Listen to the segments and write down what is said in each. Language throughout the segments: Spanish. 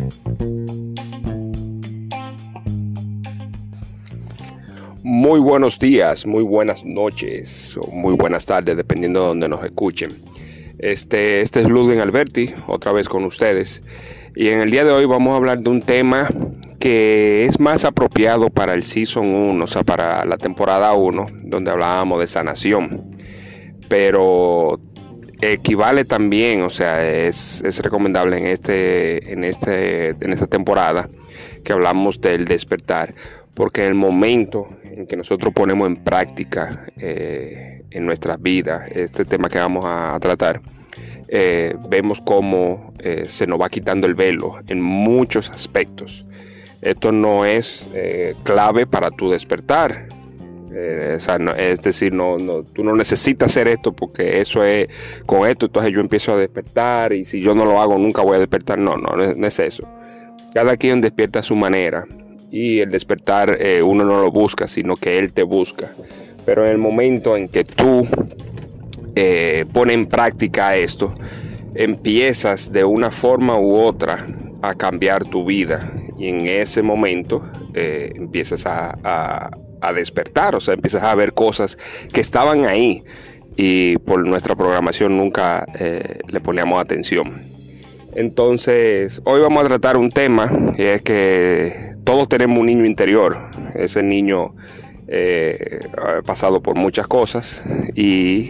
Muy buenos días, muy buenas noches o muy buenas tardes, dependiendo de donde nos escuchen. Este es Ludwig Alberti, otra vez con ustedes. Y en el día de hoy vamos a hablar de un tema que es más apropiado para el Season 1, o sea, para la temporada 1, donde hablábamos de sanación. Pero equivale también, o sea, es recomendable en esta temporada que hablamos del despertar, porque en el momento en que nosotros ponemos en práctica en nuestras vidas este tema que vamos a tratar, vemos cómo se nos va quitando el velo en muchos aspectos. Esto no es clave para tu despertar. Es decir, tú no necesitas hacer esto porque eso es con esto, entonces yo empiezo a despertar y si yo no lo hago nunca voy a despertar. No es eso. Cada quien despierta a su manera y el despertar uno no lo busca, sino que él te busca. Pero en el momento en que tú pones en práctica esto, empiezas de una forma u otra a cambiar tu vida y en ese momento empiezas a despertar, o sea, empiezas a ver cosas que estaban ahí y por nuestra programación nunca le poníamos atención. Entonces, hoy vamos a tratar un tema y es que todos tenemos un niño interior. Ese niño ha pasado por muchas cosas y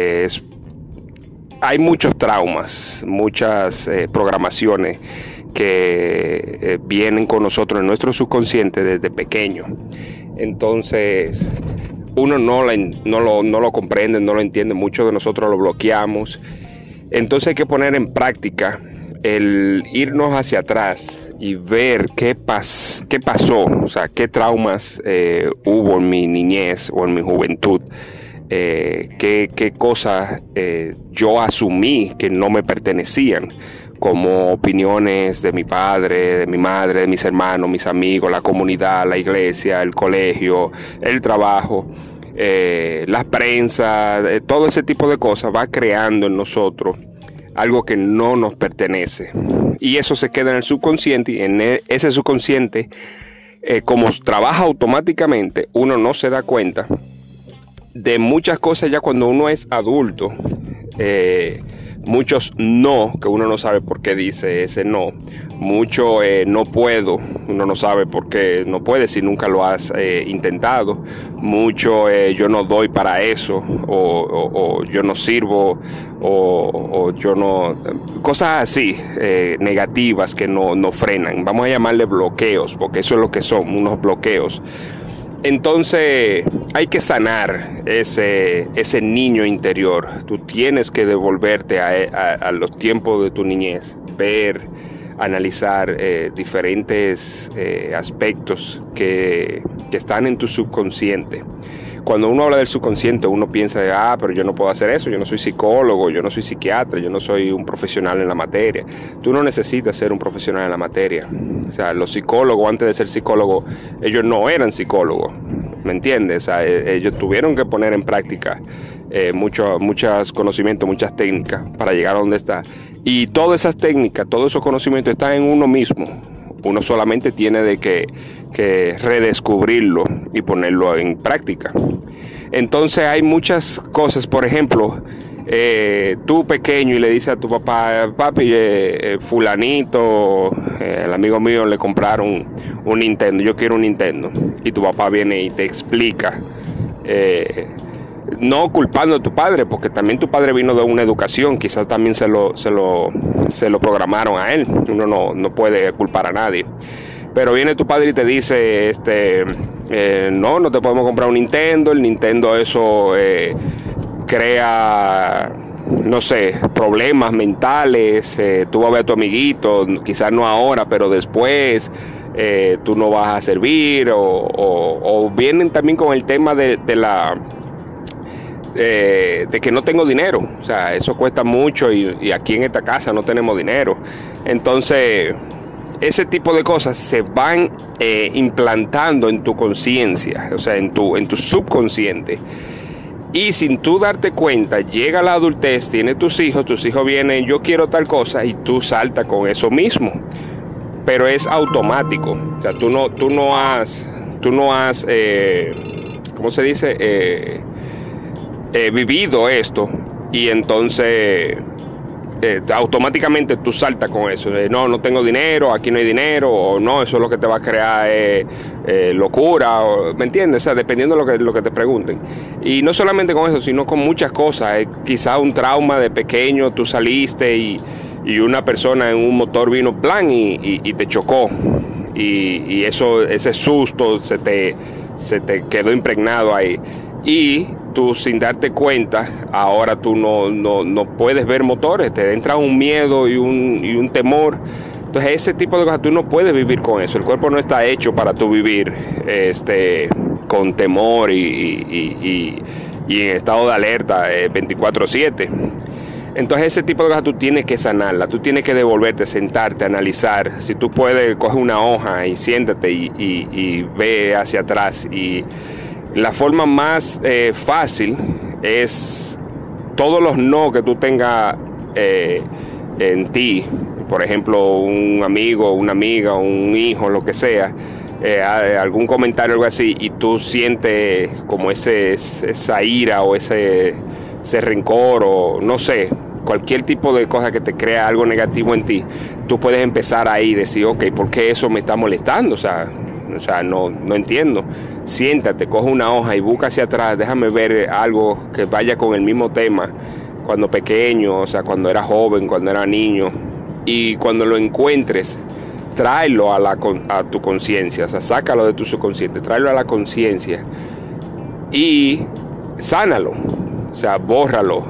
hay muchos traumas, muchas programaciones que vienen con nosotros en nuestro subconsciente desde pequeño. Entonces, uno no lo comprende, no lo entiende, muchos de nosotros lo bloqueamos. Entonces hay que poner en práctica el irnos hacia atrás y ver qué pasó, o sea, qué traumas hubo en mi niñez o en mi juventud, qué cosas yo asumí que no me pertenecían, como opiniones de mi padre, de mi madre, de mis hermanos, mis amigos, la comunidad, la iglesia, el colegio, el trabajo, la prensa, todo ese tipo de cosas va creando en nosotros algo que no nos pertenece. Y eso se queda en el subconsciente y en ese subconsciente, como trabaja automáticamente, uno no se da cuenta de muchas cosas ya cuando uno es adulto. Muchos no, que uno no sabe por qué dice ese no. Mucho no puedo, uno no sabe por qué no puede si nunca lo has intentado. Mucho yo no doy para eso, o yo no sirvo, o yo no... Cosas así, negativas que no frenan. Vamos a llamarle bloqueos, porque eso es lo que son, unos bloqueos. Entonces hay que sanar ese niño interior. Tú tienes que devolverte a los tiempos de tu niñez, ver, analizar diferentes aspectos que están en tu subconsciente. Cuando uno habla del subconsciente, uno piensa, pero yo no puedo hacer eso, yo no soy psicólogo, yo no soy psiquiatra, yo no soy un profesional en la materia. Tú no necesitas ser un profesional en la materia. O sea, los psicólogos, antes de ser psicólogos, ellos no eran psicólogos, ¿me entiendes? O sea, ellos tuvieron que poner en práctica muchos conocimientos, muchas técnicas para llegar a donde está. Y todas esas técnicas, todos esos conocimientos están en uno mismo. Uno solamente tiene de que redescubrirlo y ponerlo en práctica. Entonces hay muchas cosas, por ejemplo, tú pequeño y le dices a tu papá, papi, fulanito, el amigo mío le compraron un Nintendo, yo quiero un Nintendo. Y tu papá viene y te explica, no culpando a tu padre, porque también tu padre vino de una educación, quizás también se lo programaron a él. Uno no puede culpar a nadie. Pero viene tu padre y te dice, no te podemos comprar un Nintendo, el Nintendo eso crea, no sé, problemas mentales, tú vas a ver a tu amiguito, quizás no ahora, pero después tú no vas a servir, o vienen también con el tema de que no tengo dinero, o sea, eso cuesta mucho y aquí en esta casa no tenemos dinero. Entonces, ese tipo de cosas se van implantando en tu conciencia, o sea, en tu subconsciente. Y sin tú darte cuenta, llega la adultez, tienes tus hijos vienen, yo quiero tal cosa, y tú saltas con eso mismo. pero es automático. O sea, tú no has, ¿cómo se dice? Vivido esto, y entonces automáticamente tú saltas con eso. No tengo dinero, aquí no hay dinero, o no, eso es lo que te va a crear locura, ¿me entiendes? O sea, dependiendo de lo que te pregunten. Y no solamente con eso, sino con muchas cosas. Quizá un trauma de pequeño, tú saliste y una persona en un motor vino plan y te chocó. Y ese susto se te quedó impregnado ahí. Y tú, sin darte cuenta, ahora tú no puedes ver motores, te entra un miedo y un temor. Entonces ese tipo de cosas tú no puedes vivir con eso. El cuerpo no está hecho para tú vivir con temor y en estado de alerta 24/7. Entonces ese tipo de cosas tú tienes que sanarla, tú tienes que devolverte, sentarte, analizar. Si tú puedes, coge una hoja y siéntate y ve hacia atrás. Y la forma más fácil es todos los no que tú tengas en ti. Por ejemplo, un amigo, una amiga, un hijo, lo que sea, algún comentario o algo así, y tú sientes como esa ira o ese rencor, o no sé, cualquier tipo de cosa que te crea algo negativo en ti, tú puedes empezar ahí y decir, ok, ¿por qué eso me está molestando? O sea, no entiendo. Siéntate, coge una hoja y busca hacia atrás, déjame ver algo que vaya con el mismo tema, cuando pequeño, o sea, cuando era joven, cuando era niño, y cuando lo encuentres, tráelo a tu conciencia, o sea, sácalo de tu subconsciente, tráelo a la conciencia y sánalo, o sea, bórralo.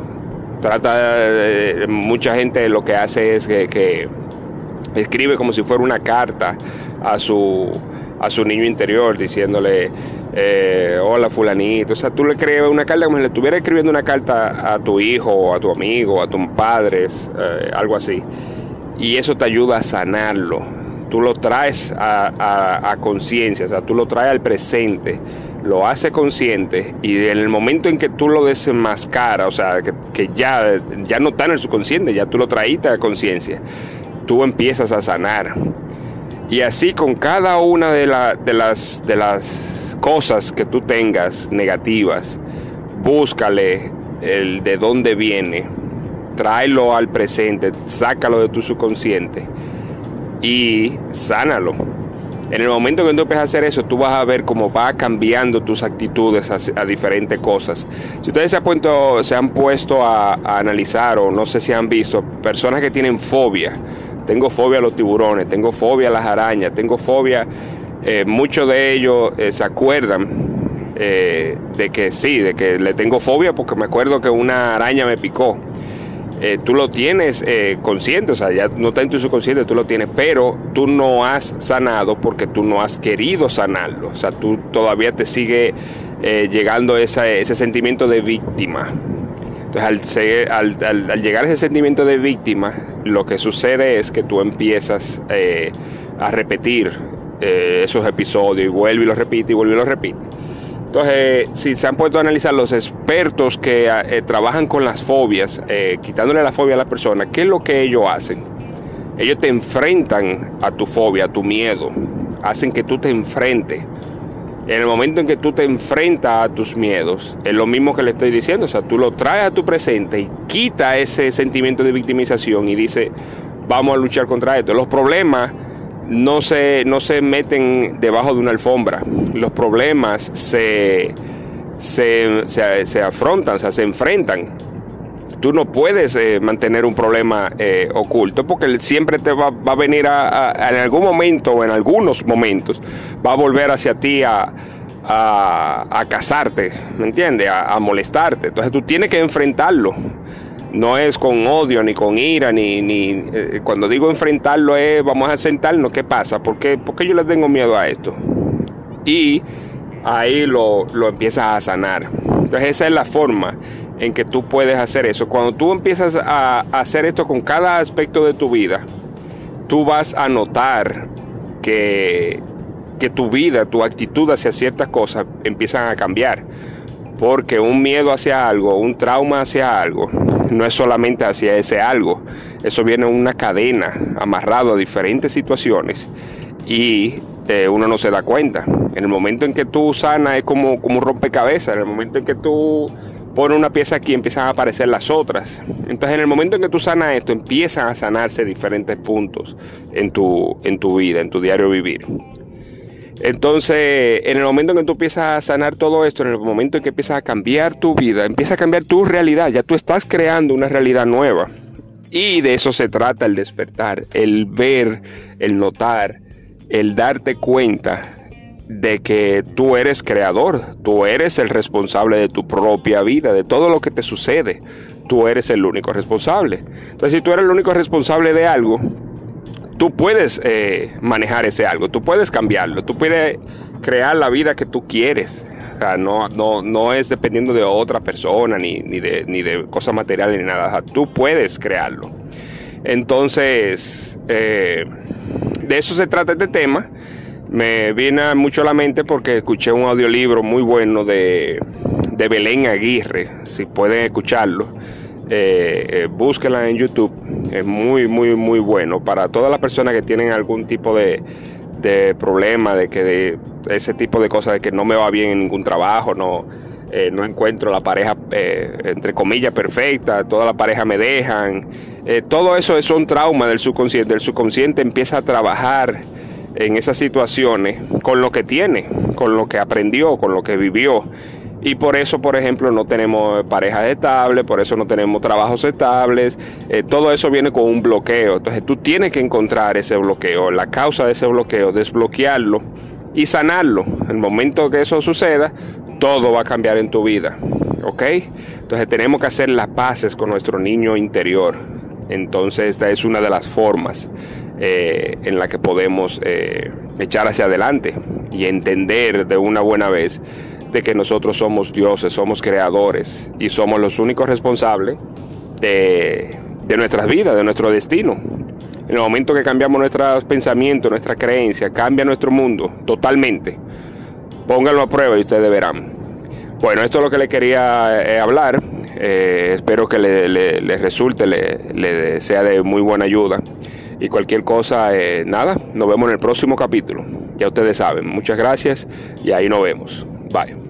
Mucha gente lo que hace es que escribe como si fuera una carta a su niño interior, diciéndole hola fulanito. O sea, tú le escribes una carta como si le estuvieras escribiendo una carta a tu hijo, o a tu amigo, a tus padres, algo así. Y eso te ayuda a sanarlo. Tú lo traes a conciencia, o sea, tú lo traes al presente, lo haces consciente, y en el momento en que tú lo desenmascaras, o sea, que ya no está en el subconsciente, ya tú lo traíste a conciencia, tú empiezas a sanar. Y así con cada una de las cosas que tú tengas negativas, búscale el de dónde viene, tráelo al presente, sácalo de tu subconsciente y sánalo. En el momento que tú empiezas a hacer eso, tú vas a ver cómo va cambiando tus actitudes a diferentes cosas. Si ustedes se han puesto a analizar, o no sé si han visto, personas que tienen fobia. Tengo fobia a los tiburones, tengo fobia a las arañas, tengo fobia. Muchos de ellos se acuerdan de que le tengo fobia porque me acuerdo que una araña me picó. Tú lo tienes consciente, o sea, ya no está en tu subconsciente, tú lo tienes, pero tú no has sanado porque tú no has querido sanarlo. O sea, tú todavía te sigue llegando ese sentimiento de víctima. Entonces, al llegar a ese sentimiento de víctima, lo que sucede es que tú empiezas a repetir esos episodios, y vuelve y lo repite, y vuelve y lo repite. Entonces, si se han puesto a analizar los expertos que trabajan con las fobias, quitándole la fobia a la persona, ¿qué es lo que ellos hacen? Ellos te enfrentan a tu fobia, a tu miedo, hacen que tú te enfrentes. En el momento en que tú te enfrentas a tus miedos, es lo mismo que le estoy diciendo, o sea, tú lo traes a tu presente y quita ese sentimiento de victimización y dice, vamos a luchar contra esto. Los problemas no se meten debajo de una alfombra, los problemas se afrontan, o sea, se enfrentan. Tú no puedes mantener un problema oculto, porque siempre te va a venir en algún momento, o en algunos momentos, va a volver hacia ti a cazarte, ¿me entiendes? A molestarte. Entonces tú tienes que enfrentarlo. No es con odio, ni con ira, ni cuando digo enfrentarlo es vamos a sentarnos, ¿qué pasa? ¿Por qué yo le tengo miedo a esto? Y ahí lo empiezas a sanar. Entonces esa es la forma en que tú puedes hacer eso. Cuando tú empiezas a hacer esto con cada aspecto de tu vida, tú vas a notar que tu vida, tu actitud hacia ciertas cosas empiezan a cambiar. Porque un miedo hacia algo, un trauma hacia algo, no es solamente hacia ese algo, Eso viene en una cadena amarrado a diferentes situaciones y uno no se da cuenta. En el momento en que tú sanas es como un rompecabezas. En el momento en que tú pones una pieza aquí empiezan a aparecer las otras. Entonces en el momento en que tú sanas esto empiezan a sanarse diferentes puntos en tu vida, en tu diario vivir. Entonces, en el momento en que tú empiezas a sanar todo esto, en el momento en que empiezas a cambiar tu vida, empieza a cambiar tu realidad, ya tú estás creando una realidad nueva. Y de eso se trata el despertar, el ver, el notar, el darte cuenta de que tú eres creador, tú eres el responsable de tu propia vida, de todo lo que te sucede. Tú eres el único responsable. Entonces, si tú eres el único responsable de algo, tú puedes manejar ese algo, tú puedes cambiarlo, tú puedes crear la vida que tú quieres. O sea, no es dependiendo de otra persona, ni de cosas materiales, ni nada. O sea, tú puedes crearlo. Entonces, de eso se trata este tema. Me viene mucho a la mente porque escuché un audiolibro muy bueno de Belén Aguirre. Si pueden escucharlo, búsquenla en YouTube. Es muy, muy, muy bueno para todas las personas que tienen algún tipo de problema, de ese tipo de cosas, de que no me va bien en ningún trabajo, no encuentro la pareja, entre comillas, perfecta, toda la pareja me dejan. Todo eso es un trauma del subconsciente. El subconsciente empieza a trabajar en esas situaciones con lo que tiene, con lo que aprendió, con lo que vivió. Y por eso, por ejemplo, no tenemos parejas estables, por eso no tenemos trabajos estables. Todo eso viene con un bloqueo. Entonces tú tienes que encontrar ese bloqueo, la causa de ese bloqueo, desbloquearlo y sanarlo. En el momento que eso suceda, todo va a cambiar en tu vida. ¿Ok? Entonces tenemos que hacer las paces con nuestro niño interior. Entonces esta es una de las formas en la que podemos echar hacia adelante y entender de una buena vez de que nosotros somos dioses, somos creadores y somos los únicos responsables de nuestras vidas, de nuestro destino. En el momento que cambiamos nuestros pensamientos, nuestra creencia, cambia nuestro mundo totalmente. Pónganlo a prueba y ustedes verán. Bueno, esto es lo que le quería hablar. Espero que le resulte, le sea de muy buena ayuda. Y cualquier cosa, nada, nos vemos en el próximo capítulo. Ya ustedes saben. Muchas gracias y ahí nos vemos. Bye.